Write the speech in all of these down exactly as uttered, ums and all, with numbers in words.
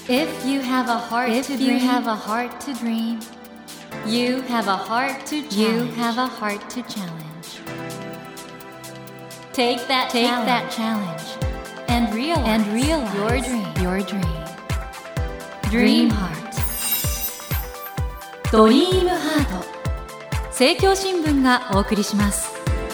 If you have a heart If to dream, you have a heart to dream, you have a heart to challenge. You have a heart to challenge. Take that Take challenge, that challenge and realize, and realize your dream. Your dream. Dream Heart. ドリームハート。政教新聞がお送りします。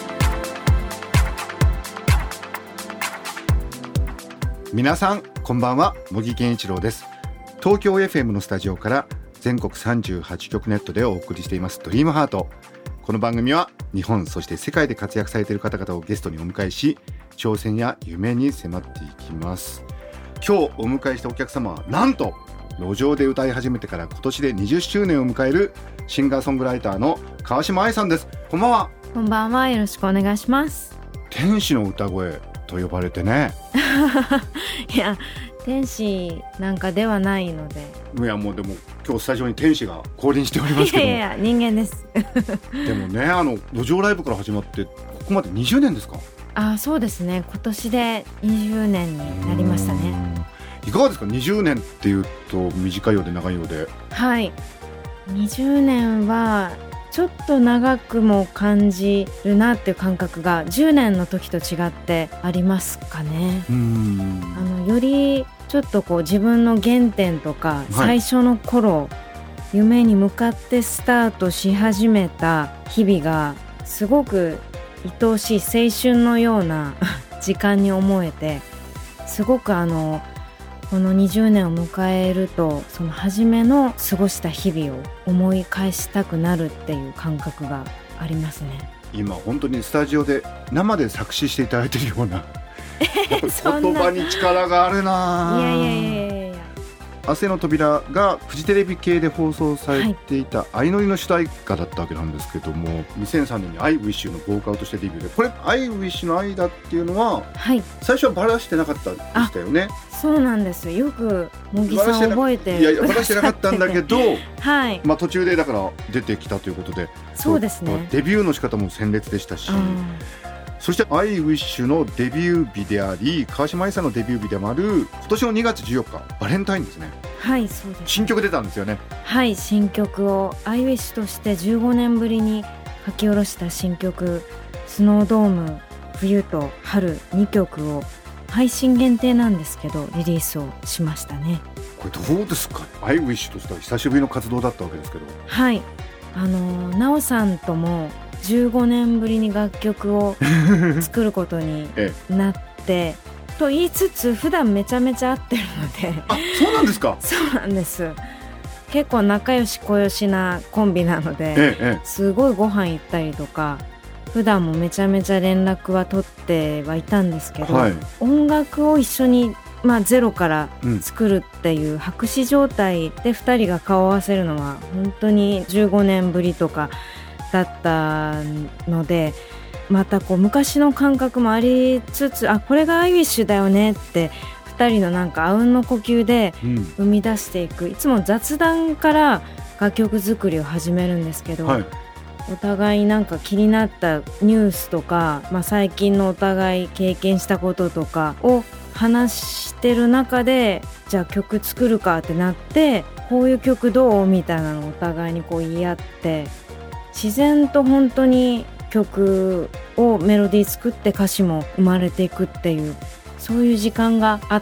皆さんこんばんは、茂木健一郎です。東京 エフエム のスタジオから全国さんじゅうはちきょくネットでお送りしていますドリームハート。この番組は日本そして世界で活躍されている方々をゲストにお迎えし、挑戦や夢に迫っていきます。今日お迎えしたお客様はなんと路上で歌い始めてから今年でにじゅっしゅうねんを迎えるシンガーソングライターの川島愛さんです。こんばんは。 こんばんは、よろしくお願いします。 天使の歌声と呼ばれてねいや天使なんかではないので。 いやもうでも今日スタジオに天使が降臨しておりますけども。 いやいや人間ですでもね、あの路上ライブから始まってここまでにじゅうねんですか？ あ、そうですね、今年でにじゅうねんになりましたね。 いかがですか？にじゅうねんっていうと短いようで長いようで。はい、 にじゅうねんはちょっと長くも感じるなっていう感覚がじゅうねんの時と違ってありますかね。うーん、あのよりちょっとこう自分の原点とか、はい、最初の頃夢に向かってスタートし始めた日々がすごく愛おしい青春のような時間に思えて、すごくあのこのにじゅうねんを迎えるとその初めの過ごした日々を思い返したくなるっていう感覚がありますね。 今本当にスタジオで生で作詞していただいているような言葉に力があるな。 いやいやいやいやいや。 明日の扉がフジテレビ系で放送されていた相乗りの主題歌だったわけなんですけども、にせんさんねんに I Wish のボーカルとしてデビューで、これ I Wish の間っていうのは、はい、最初はバラしてなかったでしたよね。 そうなんです。よく茂木さん覚えていやいやバラしてなかったんだけどはい、 まあ、途中でだから出てきたということで。 そうですね、 デビューの仕方も鮮烈でしたし、そして I Wish のデビュー日であり川島愛さんのデビュー日でもある今年のにがつじゅうよっかバレンタインですね。 はい、そうです。 新曲出たんですよね。 はい、新曲を I Wish としてじゅうごねんぶりに書き下ろした新曲スノードーム冬と春にきょくを配信限定なんですけどリリースをしましたね。 これどうですか？ I Wish としては久しぶりの活動だったわけですけど。 はい、あのなおさんともじゅうごねんぶりに楽曲を作ることになって、ええ、と言いつつ普段めちゃめちゃ会ってるので。 あ、そうなんですか？ そうなんです。結構仲良し小良しなコンビなので、ええ、すごいご飯行ったりとか普段もめちゃめちゃ連絡は取ってはいたんですけど、はい、音楽を一緒に、まあ、ゼロから作るっていう白紙状態でふたりが顔を合わせるのは本当にじゅうごねんぶりとかだったので、またこう昔の感覚もありつつ、あ、これが I Wish だよねってふたりのなんかあうんの呼吸で生み出していく、うん、いつも雑談から楽曲作りを始めるんですけど、はい、お互いなんか気になったニュースとか、まあ、最近のお互い経験したこととかを話してる中で、じゃあ曲作るかってなって、こういう曲どうみたいなのをお互いにこう言い合って、自然と本当に曲をメロディー作って歌詞も生まれていくっていう、そういう時間があって、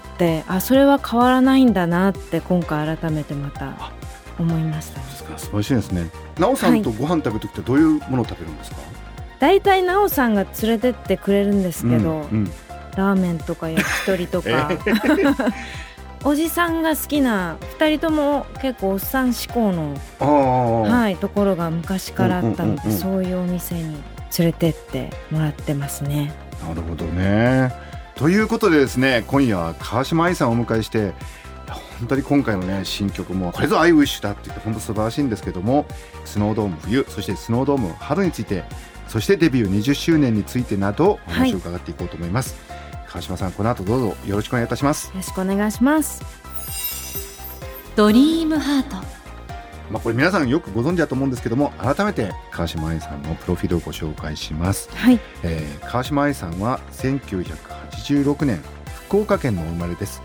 あ、それは変わらないんだなって今回改めてまた思いました。 そうですか、素晴らしいですね。なおさんとご飯食べるときってどういうものを食べるんですか？ だいたいなおさんが連れてってくれるんですけど、うんうん、ラーメンとか焼き鳥とかおじさんが好きなふたりとも結構おっさん志向の、はい、ところが昔からあったので、うんうんうんうん、そういうお店に連れてってもらってますね。 なるほどね。ということでですね、今夜は川島愛さんをお迎えして、本当に今回のね新曲もこれぞ I Wish だって言って本当素晴らしいんですけども、スノードーム冬、そしてスノードーム春について、そしてデビューにじゅっしゅうねんについてなどお話を伺っていこうと思います、はい、川島さん、この後どうぞよろしくお願いいたします。 よろしくお願いします。 ドリームハート、 まあ、これ皆さんよくご存知だと思うんですけども、改めて川島愛さんのプロフィールをご紹介します、はい。えー、川島愛さんはせんきゅうひゃくはちじゅうろくねん福岡県のお生まれです。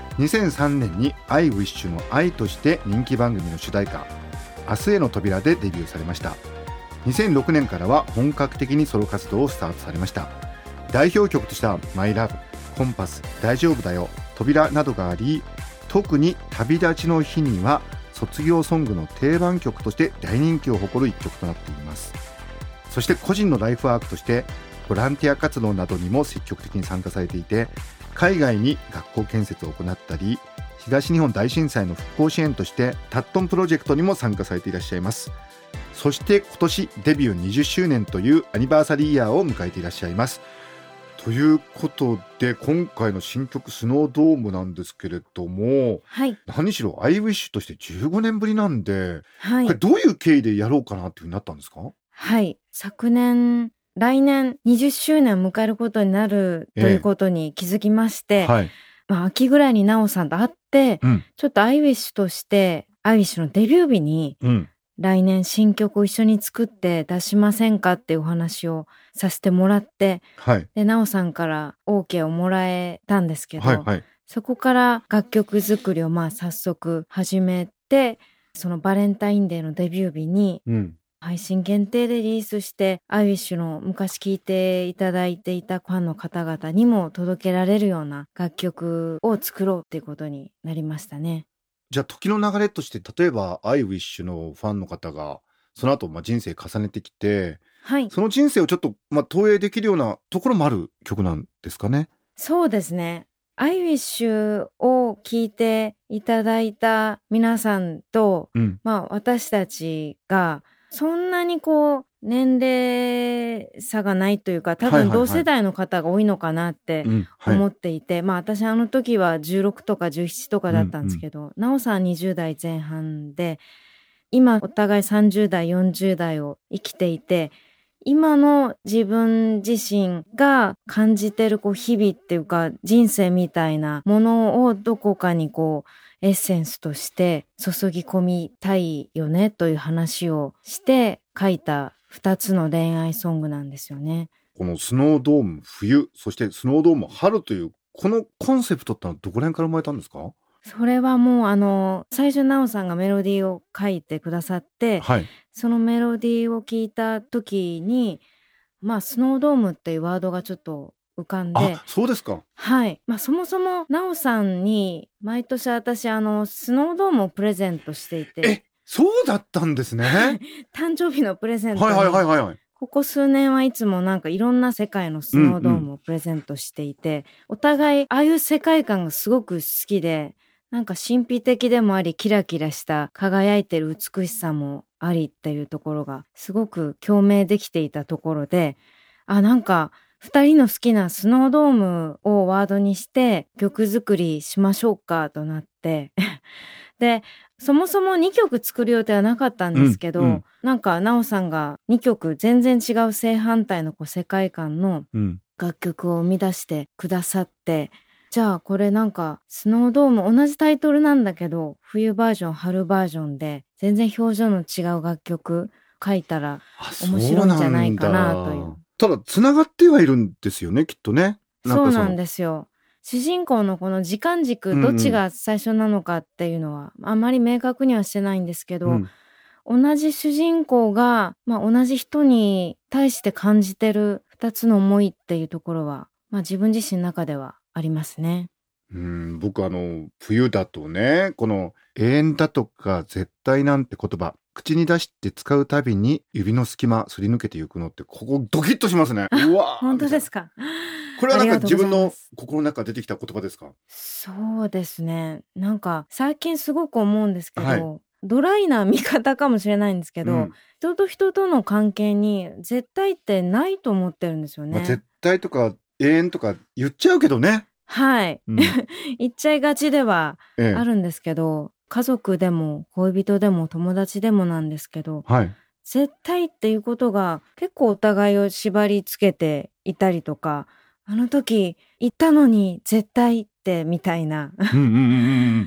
にせんさんねんに I Wish の愛として人気番組の主題歌明日への扉でデビューされました。にせんろくねんからは本格的にソロ活動をスタートされました。代表曲としてはマイラブ、コンパス、大丈夫だよ、扉などがあり、特に旅立ちの日には卒業ソングの定番曲として大人気を誇る一曲となっています。そして個人のライフワークとしてボランティア活動などにも積極的に参加されていて、海外に学校建設を行ったり、東日本大震災の復興支援としてタットンプロジェクトにも参加されていらっしゃいます。そして今年デビューにじゅっしゅうねんというアニバーサリーイヤーを迎えていらっしゃいます。ということで今回の新曲スノードームなんですけれども、 はい、 何しろ I Wish としてじゅうごねんぶりなんで、 はい、 これどういう経緯でやろうかなっていうふうになったんですか？ はい、昨年来年にじゅっしゅうねんを迎えることになるということに気づきまして、ええ、はい、まあ、秋ぐらいになおさんと会って、うん、ちょっと I Wish として I Wish のデビュー日に、うん、来年新曲を一緒に作って出しませんかっていうお話をさせてもらって、はい、でなおさんから OK をもらえたんですけど、はいはい、そこから楽曲作りをまあ早速始めて、そのバレンタインデーのデビュー日に、うん、配信限定でリリースして、アイウィッシュの昔聴いていただいていたファンの方々にも届けられるような楽曲を作ろうっていうことになりましたね。 じゃあ時の流れとして、例えばアイウィッシュのファンの方がその後まあ人生重ねてきて、はい、その人生をちょっとまあ投影できるようなところもある曲なんですかね。 そうですね。アイウィッシュを聴いていただいた皆さんと、うん、まあ私たちがそんなにこう年齢差がないというか、多分同世代の方が多いのかなって思っていて、まあ私あの時はじゅうろくとかじゅうななとかだったんですけど、うんうん、なおさんにじゅう代前半で、今お互いさんじゅう代よんじゅう代を生きていて、今の自分自身が感じてるこう日々っていうか人生みたいなものをどこかにこうエッセンスとして注ぎ込みたいよねという話をして書いたふたつの恋愛ソングなんですよね。 このスノードーム冬、そしてスノードーム春というこのコンセプトってのはどこら辺から生まれたんですか？ それはもうあの最初なおさんがメロディーを書いてくださって、はい、そのメロディーを聞いた時に、まあスノードームっていうワードがちょっと浮かんで。 あ、そうですか。 はい。まあそもそもなおさんに毎年私あのスノードームをプレゼントしていて。 え、そうだったんですね。 誕生日のプレゼントに。 はいはいはいはい。 ここ数年はいつもなんかいろんな世界のスノードームをプレゼントしていて、うんうん、お互いああいう世界観がすごく好きで、なんか神秘的でもありキラキラした輝いてる美しさもありっていうところがすごく共鳴できていたところで、あ、なんか二人の好きなスノードームをワードにして曲作りしましょうかとなってで、そもそもにきょく作る予定はなかったんですけど、うんうん、なんかなおさんがにきょく全然違う正反対のこう世界観の楽曲を生み出してくださって、じゃあこれなんかスノードーム同じタイトルなんだけど冬バージョン春バージョンで全然表情の違う楽曲書いたら面白いんじゃないかなという。 ただつながってはいるんですよね、きっとね。 なんかそそうなんですよ。主人公のこの時間軸どっちが最初なのかっていうのはあまり明確にはしてないんですけど、うん、同じ主人公が、まあ、同じ人に対して感じてる二つの思いっていうところは、まあ、自分自身の中ではありますね。 うん、僕あの冬だとね、この永遠だとか絶対なんて言葉口に出して使うたびに指の隙間すり抜けていくのって、ここドキッとしますね。うわ本当ですか。 これはなんか自分の心の中出てきた言葉ですか？ そうですね。なんか最近すごく思うんですけど、はい、ドライな見方かもしれないんですけど、うん、人と人との関係に絶対ってないと思ってるんですよね。 まあ、絶対とか永遠とか言っちゃうけどね。 はい、うん、言っちゃいがちではあるんですけど、ええ、家族でも恋人でも友達でもなんですけど、はい、絶対っていうことが結構お互いを縛り付けていたりとか、あの時言ったのに絶対ってみたいな、うんうんうんうん、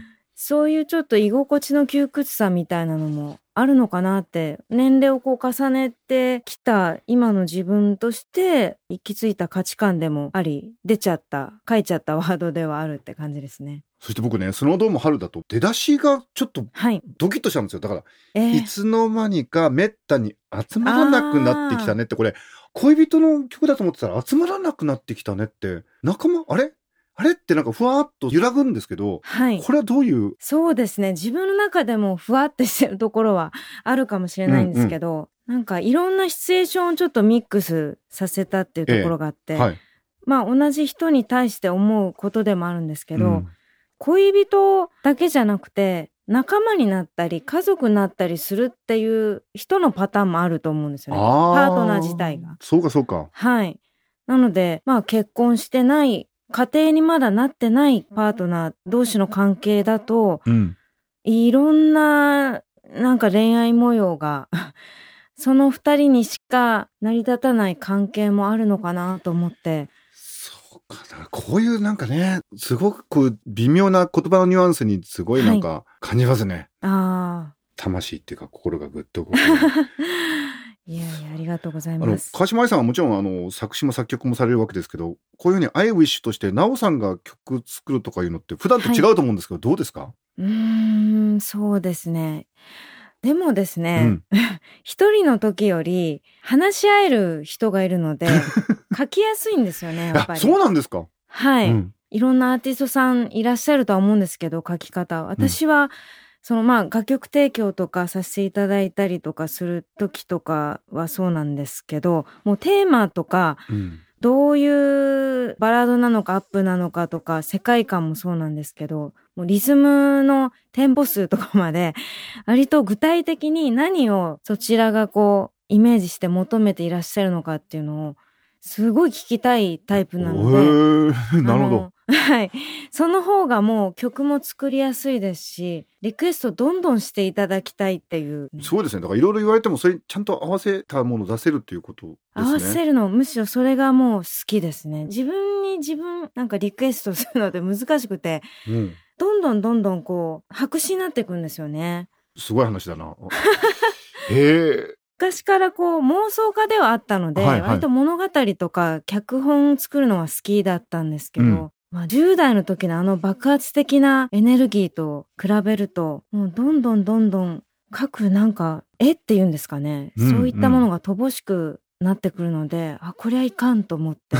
そういうちょっと居心地の窮屈さみたいなのもあるのかなって、年齢をこう重ねてきた今の自分として行き着いた価値観でもあり、出ちゃった書いちゃったワードではあるって感じですね。 そして僕ね、スノードーム春だと出だしがちょっとドキッとしたんですよ。だから、えー、いつの間にかめったに集まらなくなってきたねって、これ恋人の曲だと思ってたら集まらなくなってきたねって、仲間あれあれってなんかふわっと揺らぐんですけど、はい、これはどういう？ そうですね、自分の中でもふわってしてるところはあるかもしれないんですけど、うんうん、なんかいろんなシチュエーションをちょっとミックスさせたっていうところがあって、ええはい、まあ同じ人に対して思うことでもあるんですけど、うん、恋人だけじゃなくて仲間になったり家族になったりするっていう人のパターンもあると思うんですよね。パートナー自体が。 そうかそうか。 はい。なのでまあ結婚してない家庭にまだなってないパートナー同士の関係だと、うん、いろんななんか恋愛模様がその二人にしか成り立たない関係もあるのかなと思って。 そうか、だからこういうなんかね、すごくこう微妙な言葉のニュアンスにすごいなんか感じますね。はい、あ魂っていうか心がぐっと動く。 いやいや、ありがとうございます。 あの川島愛さんはもちろんあの作詞も作曲もされるわけですけど、こういうふうにアイウィッシュとしてナオさんが曲作るとかいうのって普段と違うと思うんですけど、はい、どうですか？ うーん、そうですね。でもですね、うん、一人の時より話し合える人がいるので書きやすいんですよね、やっぱり。 そうなんですか？ はい、うん、いろんなアーティストさんいらっしゃるとは思うんですけど、書き方。私は、うん、そのまあ楽曲提供とかさせていただいたりとかする時とかはそうなんですけど、もうテーマとか、うん、どういうバラードなのかアップなのかとか世界観もそうなんですけど、もうリズムのテンポ数とかまで割と具体的に何をそちらがこうイメージして求めていらっしゃるのかっていうのをすごい聞きたいタイプなので、 なるほど。 はい。その方がもう曲も作りやすいですし、リクエストどんどんしていただきたいっていう。 そうですね。だからいろいろ言われてもそれちゃんと合わせたものを出せるっていうことですね。 合わせるの、むしろそれがもう好きですね。自分に自分なんかリクエストするのって難しくて、うん、どんどんどんどんこう白紙になっていくんですよね。 すごい話だな。へえ。 昔からこう妄想家ではあったので、はいはい、割と物語とか脚本作るのが好きだったんですけど、うんまあ、じゅう代の時のあの爆発的なエネルギーと比べるともうどんどんどんどん各なんか絵っていうんですかね、うんうん、そういったものが乏しくなってくるので、あこりゃいかんと思って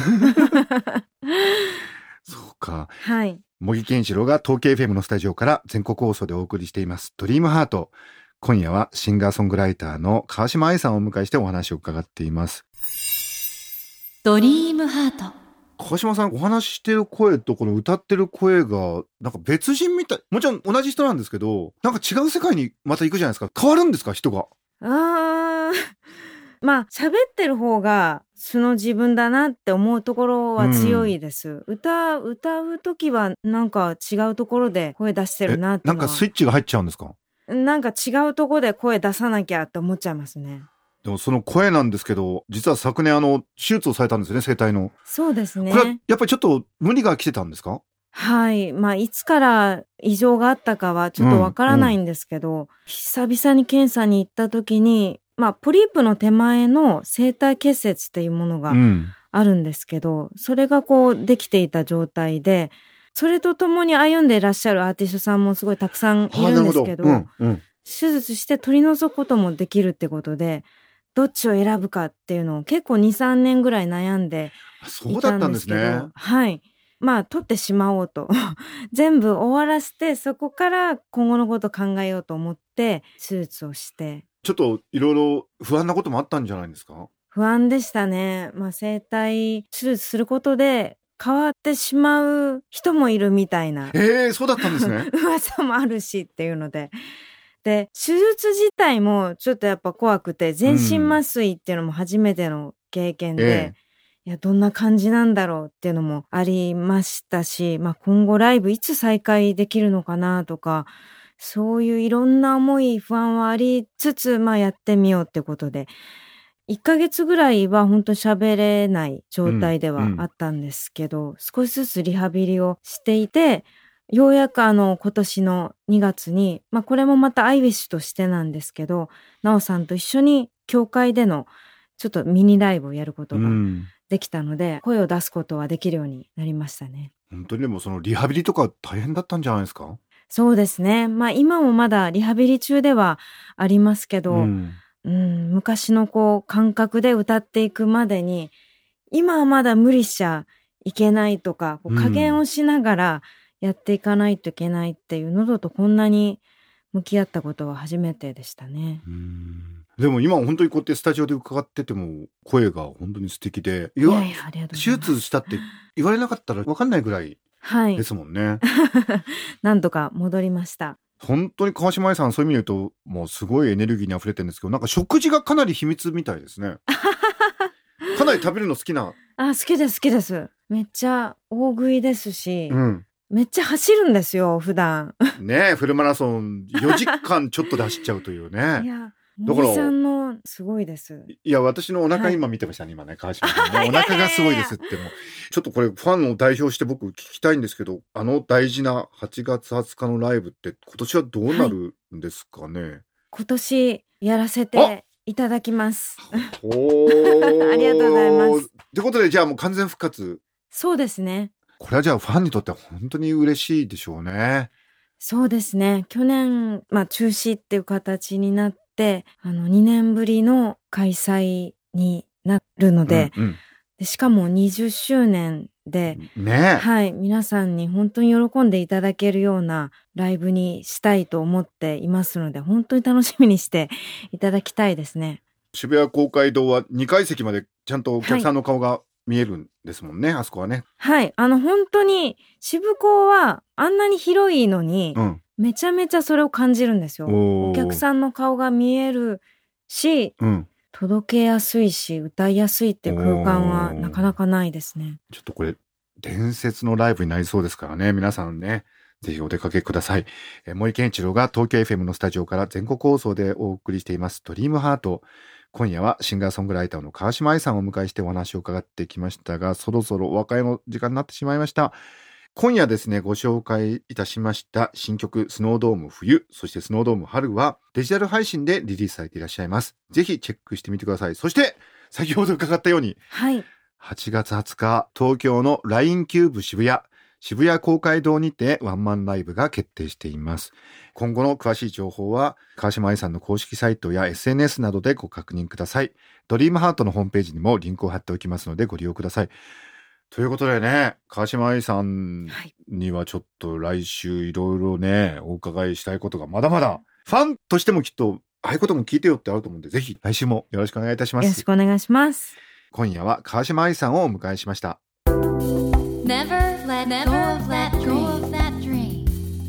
そうか、 はい、 茂木健一郎が東京 エフエム のスタジオから全国放送でお送りしていますドリームハート。今夜はシンガーソングライターの川島愛さんをお迎えしてお話を伺っています。 ドリームハート。 川島さん、お話ししてる声とこの歌ってる声がなんか別人みたい。もちろん同じ人なんですけど、なんか違う世界にまた行くじゃないですか。変わるんですか、人が。 あーまあ喋ってる方が素の自分だなって思うところは強いです、うん、歌歌う時はなんか違うところで声出してるなっていうのは。 なんかスイッチが入っちゃうんですか？ なんか違うところで声出さなきゃって思っちゃいますね。 でもその声なんですけど、実は昨年あの手術をされたんですよね、声帯の。 そうですね。 これはやっぱりちょっと無理が来てたんですか？ はい、まあいつから異常があったかはちょっとわからないんですけど、うんうん、久々に検査に行った時に、まあポリープの手前の声帯結節っていうものがあるんですけど、うん、それがこうできていた状態で、それとともに歩んでいらっしゃるアーティストさんもすごいたくさんいるんですけど、うんうん、手術して取り除くこともできるってことで、どっちを選ぶかっていうのを結構 にさんねんぐらい悩んでいたんですけど、そうだったんですね。はい。まあ取ってしまおうと全部終わらせて、そこから今後のことを考えようと思って手術をして。 ちょっといろいろ不安なこともあったんじゃないですか？ 不安でしたね。まあ声帯手術することで変わってしまう人もいるみたいな。 えー、そうだったんですね。 噂もあるしっていうので。で、手術自体もちょっとやっぱ怖くて、全身麻酔っていうのも初めての経験で、うんええ、いや、どんな感じなんだろうっていうのもありましたし、まあ今後ライブいつ再開できるのかなとか、そういういろんな思い、不安はありつつ、まあやってみようってことで、いっかげつぐらいは本当喋れない状態ではあったんですけど、うんうん、少しずつリハビリをしていて、 ようやくあの今年のにがつに、まあ、これもまたアイウィッシュとしてなんですけど、なおさんと一緒に教会でのちょっとミニライブをやることができたので、うん、声を出すことはできるようになりましたね。 本当にでもそのリハビリとか大変だったんじゃないですか？ そうですね、まあ、今もまだリハビリ中ではありますけど、うんうん、昔のこう感覚で歌っていくまでに今はまだ無理しちゃいけないとか、こう加減をしながらやっていかないといけないっていう、喉とこんなに向き合ったことは初めてでしたね。 うん、でも今本当にこうやってスタジオで伺ってても声が本当に素敵で、いやいや、ありがとうございます。手術したって言われなかったら分かんないぐらいですもんね。はい、 なんとか戻りました。 本当に川島愛さん、そういう意味で言うともうすごいエネルギーにあふれてるんですけど、なんか食事がかなり秘密みたいですね。かなり食べるの好きな。 あ、好きです好きです。めっちゃ大食いですし、うん、めっちゃ走るんですよ普段。 ねえ、フルマラソンよじかんちょっとで走っちゃうというね。 いや、森さんのすごいです。 いや、私のお腹今見てましたね、はい、今ね、川島さんね、お腹がすごいですってもちょっとこれファンを代表して僕聞きたいんですけど、あの大事なはちがつはつかのライブって今年はどうなるんですかね？はい、 今年やらせていただきます。おありがとうございます。 ということで、じゃあもう完全復活。 そうですね。 これはじゃあファンにとっては本当に嬉しいでしょうね。 そうですね。去年、まあ、中止っていう形になってあのにねんぶりの開催になるので、うんうん、でしかもにじゅっしゅうねんで、ね、はい、皆さんに本当に喜んでいただけるようなライブにしたいと思っていますので、本当に楽しみにしていただきたいですね。 渋谷公会堂はにかい席までちゃんとお客さんの顔が見えるんですもんね、はい、あそこはね。 はい、あの本当に渋港はあんなに広いのに、うん、めちゃめちゃそれを感じるんですよ。お客さんの顔が見えるし、うん、届けやすいし歌いやすいって空間はなかなかないですね。 ちょっとこれ伝説のライブになりそうですからね、皆さんねぜひお出かけください。え森健一郎が東京 エフエム のスタジオから全国放送でお送りしていますドリームハート。今夜はシンガーソングライターの川島愛さんをお迎えしてお話を伺ってきましたが、そろそろお別れの時間になってしまいました。今夜ですね、ご紹介いたしました新曲スノードーム冬、そしてスノードーム春はデジタル配信でリリースされていらっしゃいます。ぜひチェックしてみてください。そして先ほど伺ったように、はい、はちがつはつか東京の ライン キューブ渋谷渋谷公会堂にてワンマンライブが決定しています。今後の詳しい情報は川島愛さんの公式サイトや エスエヌエス などでご確認ください。ドリームハートのホームページにもリンクを貼っておきますのでご利用ください。ということでね、川島愛さんにはちょっと来週いろいろねお伺いしたいことがまだまだ、ファンとしてもきっとああいうことも聞いてよってあると思うんで、ぜひ来週もよろしくお願いいたします。 よろしくお願いします。 今夜は川島愛さんをお迎えしました。 Never let go of that dream.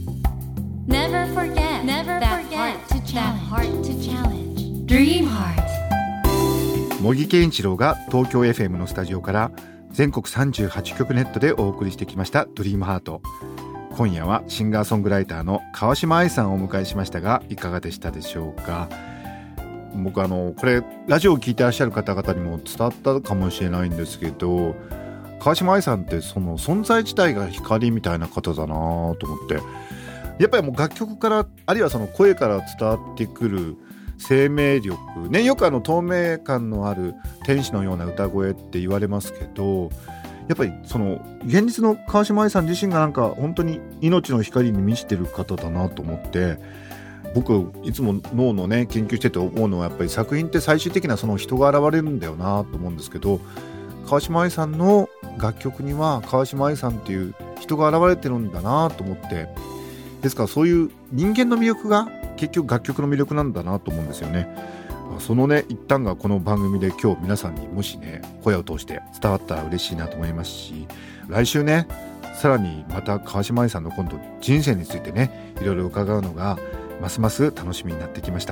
Never forget that heart to challenge. Dream Heart. 茂木健一郎が東京 エフエム のスタジオから全国さんじゅうはちきょくネットでお送りしてきましたドリームハート。今夜はシンガーソングライターの川島愛さんをお迎えしましたが、いかがでしたでしょうか。僕あのこれラジオを聞いてらっしゃる方々にも伝わったかもしれないんですけど、川島愛さんってその存在自体が光みたいな方だなと思って、やっぱりもう楽曲からあるいはその声から伝わってくる生命力ね、よくあの透明感のある天使のような歌声って言われますけど、やっぱりその現実の川島愛さん自身がなんか本当に命の光に満ちてる方だなと思って、僕いつも脳のね研究してて思うのは、やっぱり作品って最終的なその人が現れるんだよなと思うんですけど、川島愛さんの楽曲には川島愛さんっていう人が現れてるんだなと思って、ですからそういう人間の魅力が結局楽曲の魅力なんだなと思うんですよね。そのね一端がこの番組で今日皆さんにもしね声を通して伝わったら嬉しいなと思いますし、来週ねさらにまた川島愛さんの今度人生についてねいろいろ伺うのがますます楽しみになってきました。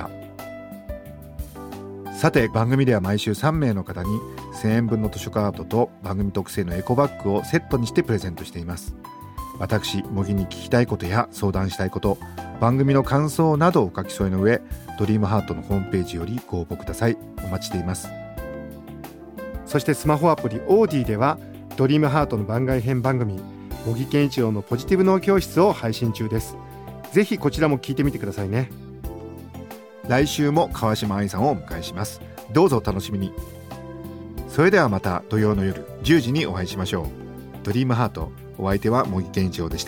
さて番組では毎週さんめいの方にせんえんぶんの図書カードと番組特製のエコバッグをセットにしてプレゼントしています。私茂木に聞きたいことや相談したいこと、番組の感想などをお書き添えの上、ドリームハートのホームページよりご応募ください。お待ちしています。そしてスマホアプリオーディではドリームハートの番外編番組茂木健一郎のポジティブ脳教室を配信中です。ぜひこちらも聞いてみてくださいね。来週も川島愛さんをお迎えします。どうぞお楽しみに。それではまた土曜の夜じゅうじにお会いしましょう。ドリームハート、お相手は茂木健一郎でした。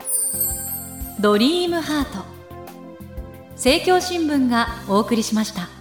ドリームハート、政教新聞がお送りしました。